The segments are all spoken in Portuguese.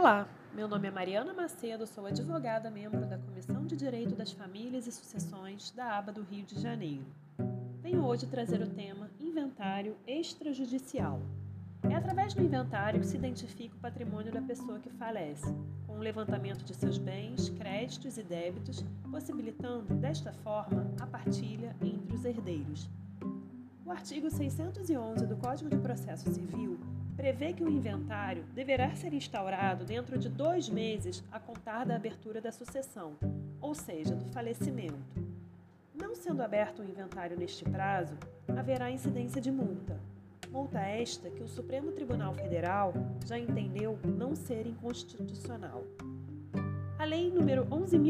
Olá, meu nome é Mariana Macedo, sou advogada, membro da Comissão de Direito das Famílias e Sucessões da ABA do Rio de Janeiro. Venho hoje trazer o tema Inventário Extrajudicial. É através do inventário que se identifica o patrimônio da pessoa que falece, com o levantamento de seus bens, créditos e débitos, possibilitando, desta forma, a partilha entre os herdeiros. O artigo 611 do Código de Processo Civil prevê que o inventário deverá ser instaurado dentro de 2 meses a contar da abertura da sucessão, ou seja, do falecimento. Não sendo aberto o inventário neste prazo, haverá incidência de multa. Multa esta que o Supremo Tribunal Federal já entendeu não ser inconstitucional. A Lei nº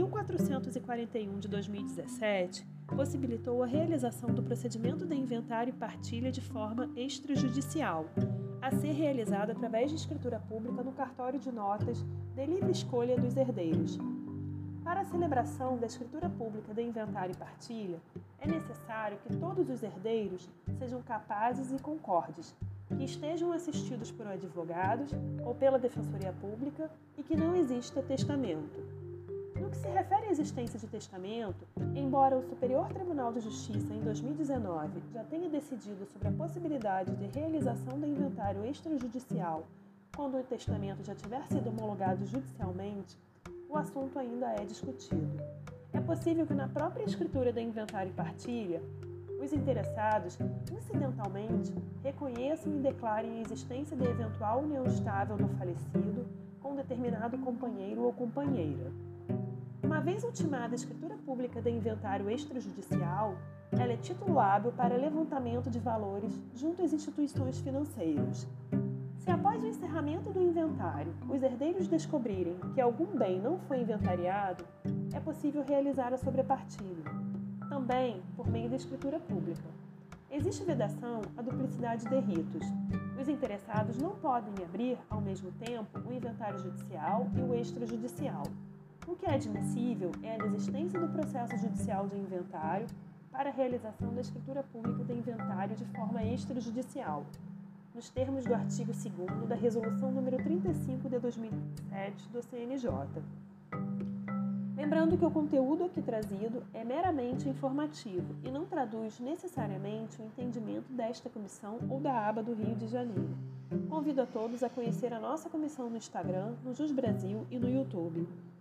11.441 de 2017 possibilitou a realização do procedimento de inventário e partilha de forma extrajudicial, a ser realizado através de escritura pública no cartório de notas de livre escolha dos herdeiros. Para a celebração da escritura pública de inventário e partilha, é necessário que todos os herdeiros sejam capazes e concordes, que estejam assistidos por advogados ou pela Defensoria Pública e que não exista testamento. No que se refere à existência de testamento, embora o Superior Tribunal de Justiça, em 2019, já tenha decidido sobre a possibilidade de realização do inventário extrajudicial quando o testamento já tiver sido homologado judicialmente, o assunto ainda é discutido. É possível que na própria escritura do inventário e partilha, os interessados, incidentalmente, reconheçam e declarem a existência de eventual união estável do falecido com determinado companheiro ou companheira. Uma vez ultimada a escritura pública de inventário extrajudicial, ela é título hábil para levantamento de valores junto às instituições financeiras. Se após o encerramento do inventário, os herdeiros descobrirem que algum bem não foi inventariado, é possível realizar a sobrepartilha, também por meio da escritura pública. Existe vedação à duplicidade de ritos. Os interessados não podem abrir, ao mesmo tempo, o inventário judicial e o extrajudicial. O que é admissível é a desistência do processo judicial de inventário para a realização da escritura pública de inventário de forma extrajudicial, nos termos do artigo 2º da Resolução nº 35 de 2007 do CNJ. Lembrando que o conteúdo aqui trazido é meramente informativo e não traduz necessariamente o entendimento desta comissão ou da ABA do Rio de Janeiro. Convido a todos a conhecer a nossa comissão no Instagram, no Jus Brasil e no YouTube.